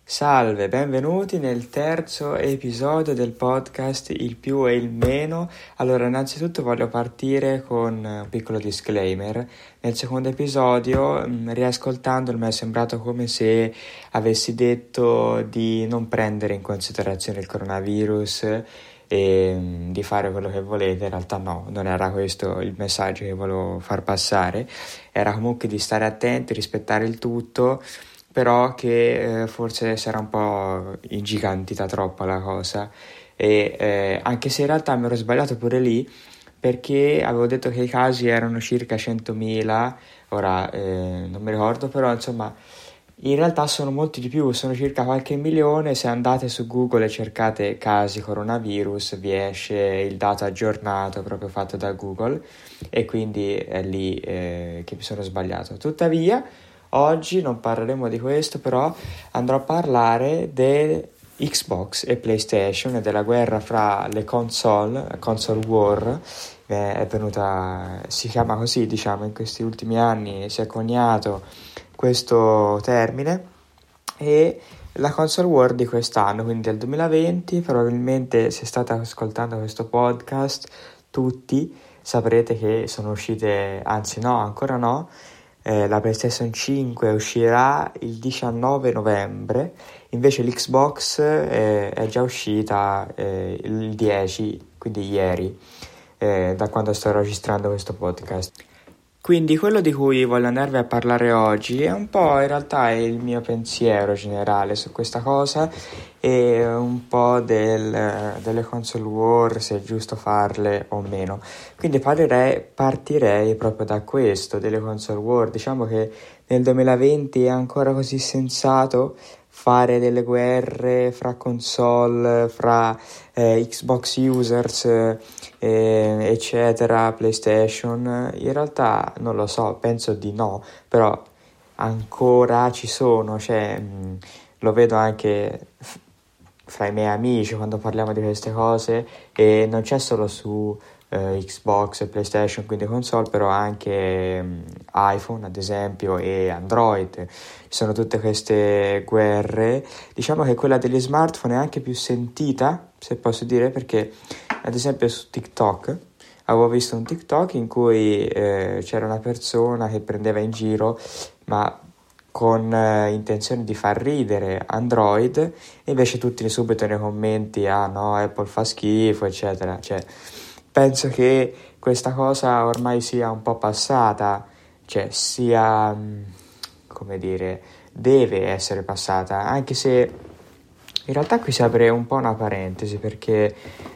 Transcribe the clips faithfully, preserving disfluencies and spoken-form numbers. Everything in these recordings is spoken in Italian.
Salve, benvenuti nel terzo episodio del podcast Il più e il meno. Allora, innanzitutto voglio partire con un piccolo disclaimer. Nel secondo episodio, riascoltandolo, mi è sembrato come se avessi detto di non prendere in considerazione il coronavirus e di fare quello che volete. In realtà no, non era questo il messaggio che volevo far passare. Era comunque di stare attenti, rispettare il tutto, però che eh, forse sarà un po' ingigantita troppo la cosa e eh, anche se in realtà mi ero sbagliato pure lì, perché avevo detto che i casi erano circa centomila, ora eh, non mi ricordo, però insomma in realtà sono molti di più, sono circa qualche milione. Se andate su Google e cercate casi coronavirus vi esce il dato aggiornato proprio fatto da Google e quindi è lì eh, che mi sono sbagliato. Tuttavia oggi non parleremo di questo, però andrò a parlare di Xbox e PlayStation e della guerra fra le console, console war. Eh, è venuta, si chiama così, diciamo, in questi ultimi anni si è coniato questo termine, e la console war di quest'anno, quindi del duemilaventi. Probabilmente se state ascoltando questo podcast tutti saprete che sono uscite, anzi no, ancora no, Eh, la PlayStation cinque uscirà il diciannove novembre, invece l'Xbox eh, è già uscita eh, il dieci, quindi ieri, eh, da quando sto registrando questo podcast. Quindi quello di cui voglio andarvi a parlare oggi è un po' in realtà il mio pensiero generale su questa cosa e un po' del, delle console war, se è giusto farle o meno. Quindi parlerei, partirei proprio da questo, delle console war. Diciamo che nel duemilaventi è ancora così sensato fare delle guerre fra console, fra eh, Xbox users, eh, eccetera, PlayStation. In realtà non lo so, penso di no, però ancora ci sono, cioè mh, lo vedo anche f- fra i miei amici quando parliamo di queste cose, e non c'è solo su eh, Xbox e PlayStation, quindi console, però anche mh, iPhone ad esempio e Android. Ci sono tutte queste guerre. Diciamo che quella degli smartphone è anche più sentita, se posso dire, perché ad esempio su TikTok avevo visto un TikTok in cui eh, c'era una persona che prendeva in giro, ma con eh, intenzione di far ridere Android, e invece tutti subito nei commenti ah no, Apple fa schifo, eccetera. Cioè, penso che questa cosa ormai sia un po' passata, cioè sia, come dire, deve essere passata, anche se in realtà qui si apre un po' una parentesi, perché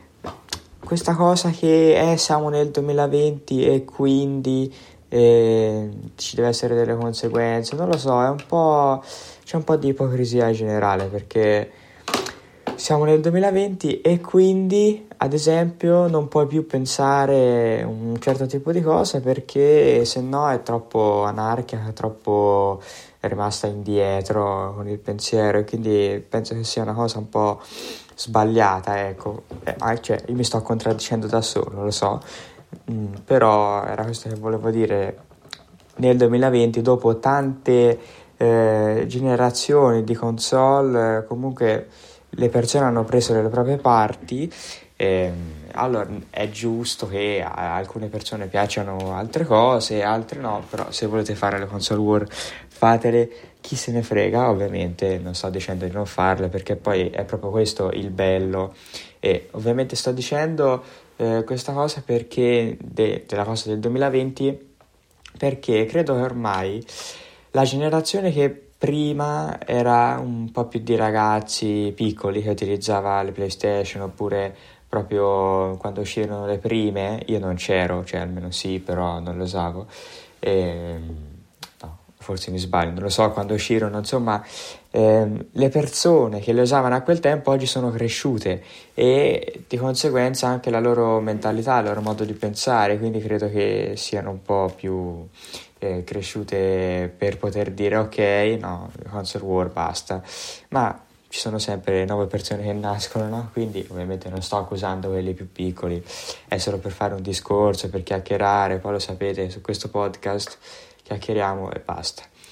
questa cosa che eh, siamo nel duemilaventi e quindi eh, ci deve essere delle conseguenze, non lo so, è un po', c'è un po' di ipocrisia in generale, perché siamo nel duemilaventi e quindi ad esempio non puoi più pensare un certo tipo di cose, perché se no è troppo anarchica, è troppo rimasta indietro con il pensiero, e quindi penso che sia una cosa un po' sbagliata, ecco. Eh, cioè, io mi sto contraddicendo da solo, lo so, mm, però era questo che volevo dire. Nel duemilaventi, dopo tante eh, generazioni di console, eh, comunque le persone hanno preso le proprie parti. E, allora è giusto che a alcune persone piacciono altre cose, altre no, però se volete fare le console war fatele, chi se ne frega. Ovviamente non sto dicendo di non farle, perché poi è proprio questo il bello, e ovviamente sto dicendo eh, questa cosa perché de- della cosa del duemilaventi, perché credo che ormai la generazione che prima era un po' più di ragazzi piccoli che utilizzava le PlayStation, oppure proprio quando uscirono le prime, io non c'ero, cioè almeno sì, però non lo usavo, e, no, forse mi sbaglio, non lo so, quando uscirono, insomma, ehm, le persone che le usavano a quel tempo oggi sono cresciute, e di conseguenza anche la loro mentalità, il loro modo di pensare, quindi credo che siano un po' più eh, cresciute per poter dire ok, no, console war basta. Ma ci sono sempre nuove persone che nascono, no? Quindi ovviamente non sto accusando quelli più piccoli, è solo per fare un discorso, per chiacchierare. Poi lo sapete, su questo podcast chiacchieriamo e basta.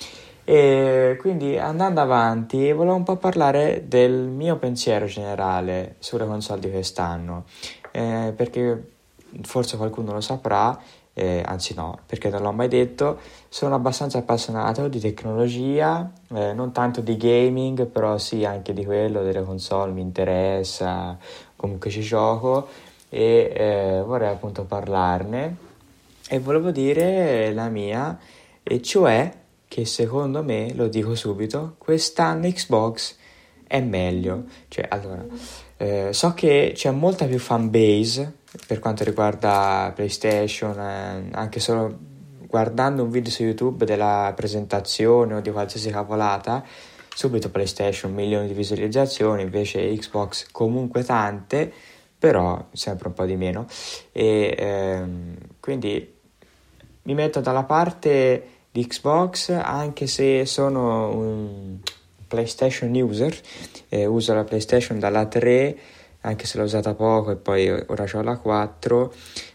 E quindi andando avanti volevo un po' parlare del mio pensiero generale sulle console di quest'anno, eh, perché forse qualcuno lo saprà, eh, anzi no, perché non l'ho mai detto, sono abbastanza appassionato di tecnologia, eh, non tanto di gaming, però sì anche di quello, delle console mi interessa, comunque ci gioco e eh, vorrei appunto parlarne e volevo dire la mia, e cioè che secondo me, lo dico subito, quest'anno Xbox è meglio. Cioè, allora, eh, so che c'è molta più fan base per quanto riguarda PlayStation, eh, anche solo guardando un video su YouTube della presentazione o di qualsiasi cavolata, subito PlayStation milioni di visualizzazioni, invece Xbox comunque tante, però sempre un po' di meno. E ehm, quindi mi metto dalla parte di Xbox, anche se sono un PlayStation user, eh, uso la PlayStation dalla tre, anche se l'ho usata poco e poi ora ho la quattro,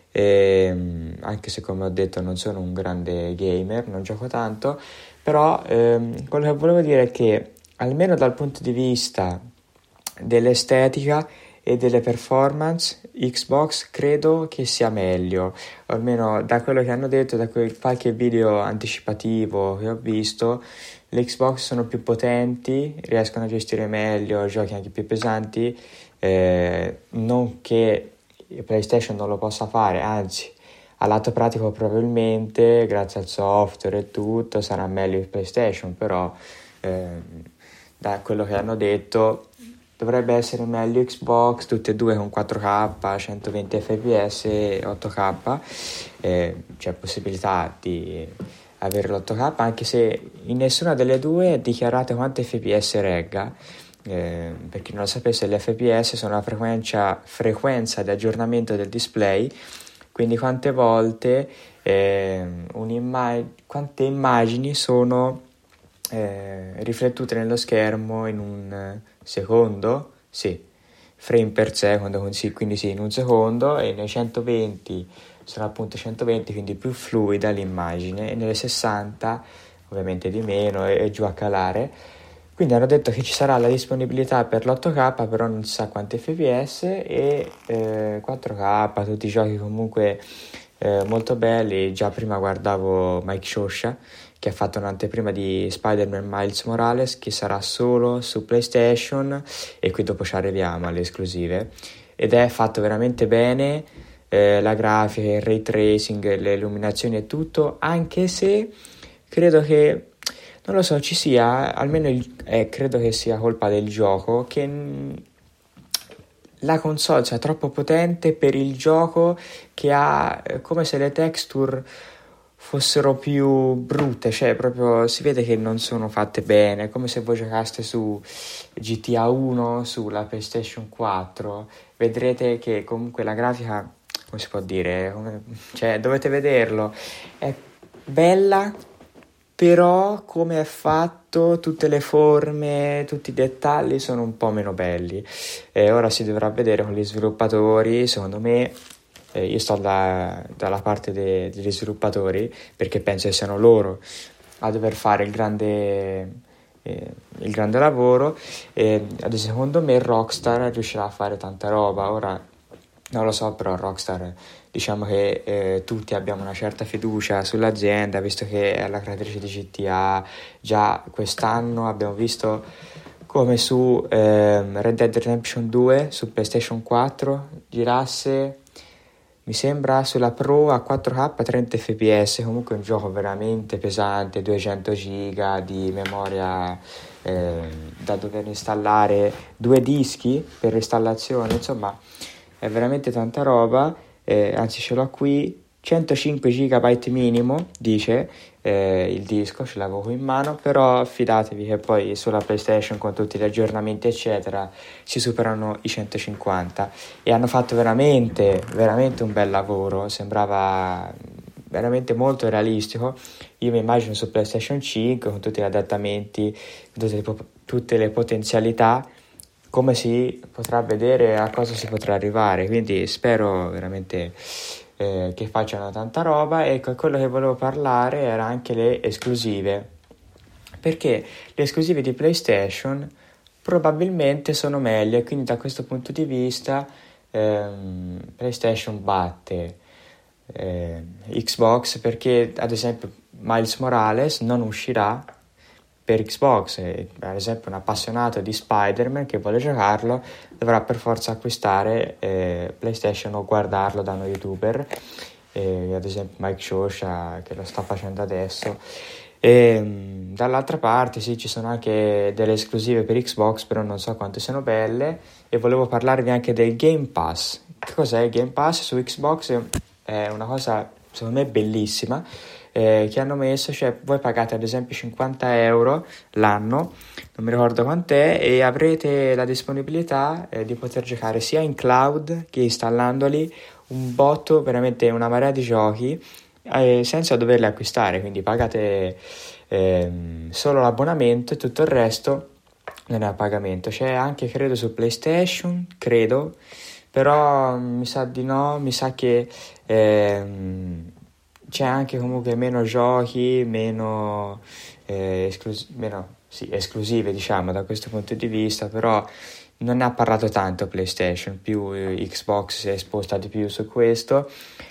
ehm, anche se come ho detto non sono un grande gamer, non gioco tanto, però ehm, quello che volevo dire è che almeno dal punto di vista dell'estetica e delle performance Xbox credo che sia meglio, o almeno da quello che hanno detto, da quel qualche video anticipativo che ho visto, le Xbox sono più potenti, riescono a gestire meglio giochi anche più pesanti, eh, non che PlayStation non lo possa fare, anzi a lato pratico probabilmente grazie al software e tutto sarà meglio il PlayStation, però eh, da quello che hanno detto dovrebbe essere meglio Xbox, tutte e due con quattro K, centoventi fps e otto K, eh, c'è possibilità di avere l'otto K, anche se in nessuna delle due è dichiarato quante fps regga. Eh, per chi non lo sapesse, le F P S sono la frequenza, frequenza di aggiornamento del display, quindi quante volte eh, un'imma- quante immagini sono eh, riflettute nello schermo in un secondo, sì, frame per secondo, quindi sì, in un secondo, e nei centoventi sono appunto centoventi, quindi più fluida l'immagine, e nelle sessanta ovviamente di meno e, e giù a calare. Quindi hanno detto che ci sarà la disponibilità per l'otto K, però non si sa quanti F P S, e eh, quattro K, tutti i giochi comunque eh, molto belli. Già prima guardavo Mike Scioscia, che ha fatto un'anteprima di Spider-Man Miles Morales, che sarà solo su PlayStation, e qui dopo ci arriviamo alle esclusive, ed è fatto veramente bene, eh, la grafica, il ray tracing, le illuminazioni e tutto, anche se credo che non lo so, ci sia, almeno il, eh, credo che sia colpa del gioco, che mh, la console sia troppo potente per il gioco, che ha eh, come se le texture fossero più brutte, cioè proprio si vede che non sono fatte bene, come se voi giocaste su G T A uno sulla PlayStation quattro, vedrete che comunque la grafica, come si può dire, come, cioè dovete vederlo, è bella, però come è fatto, tutte le forme, tutti i dettagli sono un po' meno belli, e ora si dovrà vedere con gli sviluppatori. Secondo me, eh, io sto da, dalla parte de, degli sviluppatori, perché penso che siano loro a dover fare il grande, eh, il grande lavoro, e ad esempio secondo me Rockstar riuscirà a fare tanta roba. Ora non lo so, però Rockstar, diciamo che eh, tutti abbiamo una certa fiducia sull'azienda, visto che è la creatrice di G T A. Già quest'anno abbiamo visto come su ehm, Red Dead Redemption due su PlayStation quattro girasse, mi sembra, sulla Pro a quattro K trenta F P S, comunque un gioco veramente pesante, duecento giga di memoria eh, da dover installare, due dischi per l'installazione, insomma è veramente tanta roba, eh, anzi ce l'ho qui, centocinque giga minimo, dice eh, il disco, ce l'avevo qui in mano, però fidatevi che poi sulla PlayStation con tutti gli aggiornamenti eccetera si superano i centocinquanta, e hanno fatto veramente, veramente un bel lavoro, sembrava veramente molto realistico. Io mi immagino su PlayStation cinque con tutti gli adattamenti, tutte le, tutte le potenzialità, come si potrà vedere, a cosa si potrà arrivare, quindi spero veramente eh, che facciano tanta roba. E quello che volevo parlare era anche le esclusive, perché le esclusive di PlayStation probabilmente sono meglio, e quindi da questo punto di vista ehm, PlayStation batte eh, Xbox, perché ad esempio Miles Morales non uscirà per Xbox, e, ad esempio un appassionato di Spider-Man che vuole giocarlo dovrà per forza acquistare eh, PlayStation o guardarlo da uno youtuber, eh, ad esempio Mike Shosha che lo sta facendo adesso. E dall'altra parte sì, ci sono anche delle esclusive per Xbox, però non so quanto siano belle, e volevo parlarvi anche del Game Pass. Che cos'è il Game Pass su Xbox? È una cosa secondo me bellissima eh, che hanno messo, cioè voi pagate ad esempio cinquanta euro l'anno, non mi ricordo quant'è, e avrete la disponibilità eh, di poter giocare sia in cloud che installandoli un botto, veramente una marea di giochi eh, senza doverli acquistare, quindi pagate ehm, solo l'abbonamento e tutto il resto non è a pagamento. C'è anche credo su PlayStation, credo, però mi sa di no, mi sa che ehm, c'è anche comunque meno giochi, meno, eh, esclus- meno sì, esclusive diciamo da questo punto di vista, però non ne ha parlato tanto PlayStation, più eh, Xbox si è esposta di più su questo.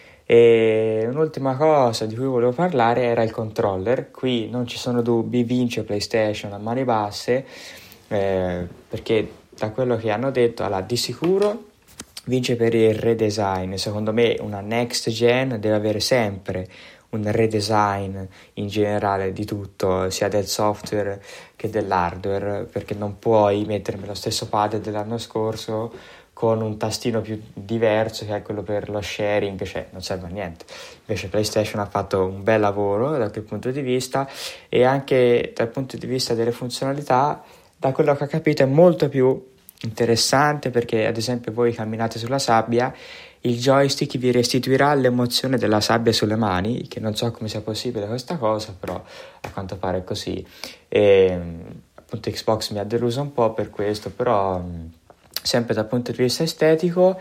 E un'ultima cosa di cui volevo parlare era il controller. Qui non ci sono dubbi, vince PlayStation a mani basse, eh, perché da quello che hanno detto, allora, di sicuro vince per il redesign. Secondo me una next gen deve avere sempre un redesign in generale di tutto, sia del software che dell'hardware, perché non puoi mettermi lo stesso pad dell'anno scorso con un tastino più diverso che è quello per lo sharing, cioè non serve a niente. Invece PlayStation ha fatto un bel lavoro da quel punto di vista, e anche dal punto di vista delle funzionalità, da quello che ho capito, è molto più interessante, perché ad esempio voi camminate sulla sabbia, il joystick vi restituirà l'emozione della sabbia sulle mani, che non so come sia possibile questa cosa, però a quanto pare è così. E appunto Xbox mi ha deluso un po' per questo, però sempre dal punto di vista estetico,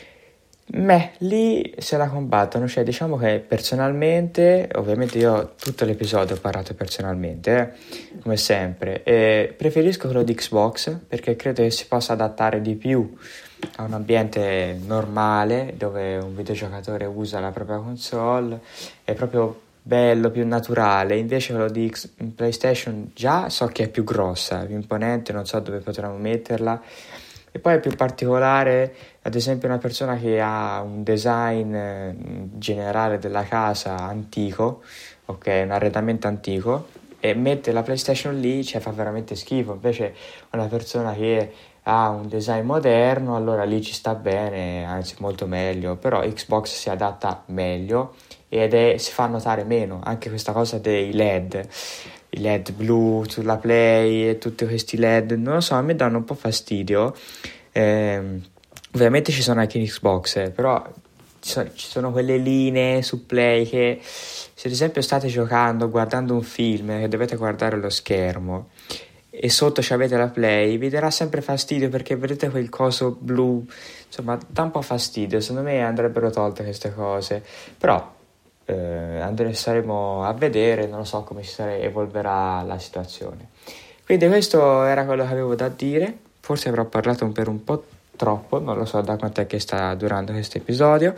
beh, lì se la combattono. Cioè diciamo che personalmente, ovviamente io tutto l'episodio ho parlato personalmente, eh, come sempre, e preferisco quello di Xbox perché credo che si possa adattare di più a un ambiente normale dove un videogiocatore usa la propria console, è proprio bello, più naturale. Invece quello di X- PlayStation già so che è più grossa, più imponente, non so dove potremmo metterla. E poi è più particolare, ad esempio una persona che ha un design eh, generale della casa antico, ok, un arredamento antico, e mette la PlayStation lì, cioè fa veramente schifo. Invece una persona che ha un design moderno, allora lì ci sta bene, anzi molto meglio. Però Xbox si adatta meglio ed è, si fa notare meno anche questa cosa dei L E D, i L E D blu sulla Play e tutti questi L E D, non lo so, a me danno un po' fastidio. Eh, ovviamente ci sono anche in Xbox, eh, però ci sono, ci sono quelle linee su Play che, se ad esempio state giocando, guardando un film che dovete guardare lo schermo e sotto ci avete la Play, vi darà sempre fastidio perché vedete quel coso blu, insomma dà un po' fastidio. Secondo me andrebbero tolte queste cose, però eh, andremo, saremo a vedere, non lo so come si sare- evolverà la situazione. Quindi questo era quello che avevo da dire. Forse avrò parlato per un po' troppo, non lo so da quant'è che sta durando questo episodio.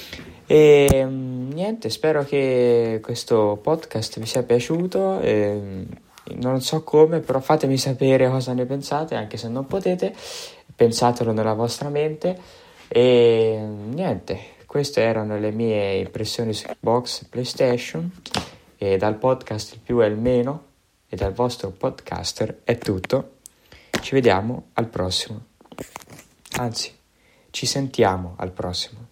E niente, spero che questo podcast vi sia piaciuto. E, non so come, però fatemi sapere cosa ne pensate, anche se non potete, pensatelo nella vostra mente. E niente, queste erano le mie impressioni su Xbox e PlayStation, e dal podcast Il più e il meno e dal vostro podcaster è tutto. Ci vediamo al prossimo, anzi ci sentiamo al prossimo.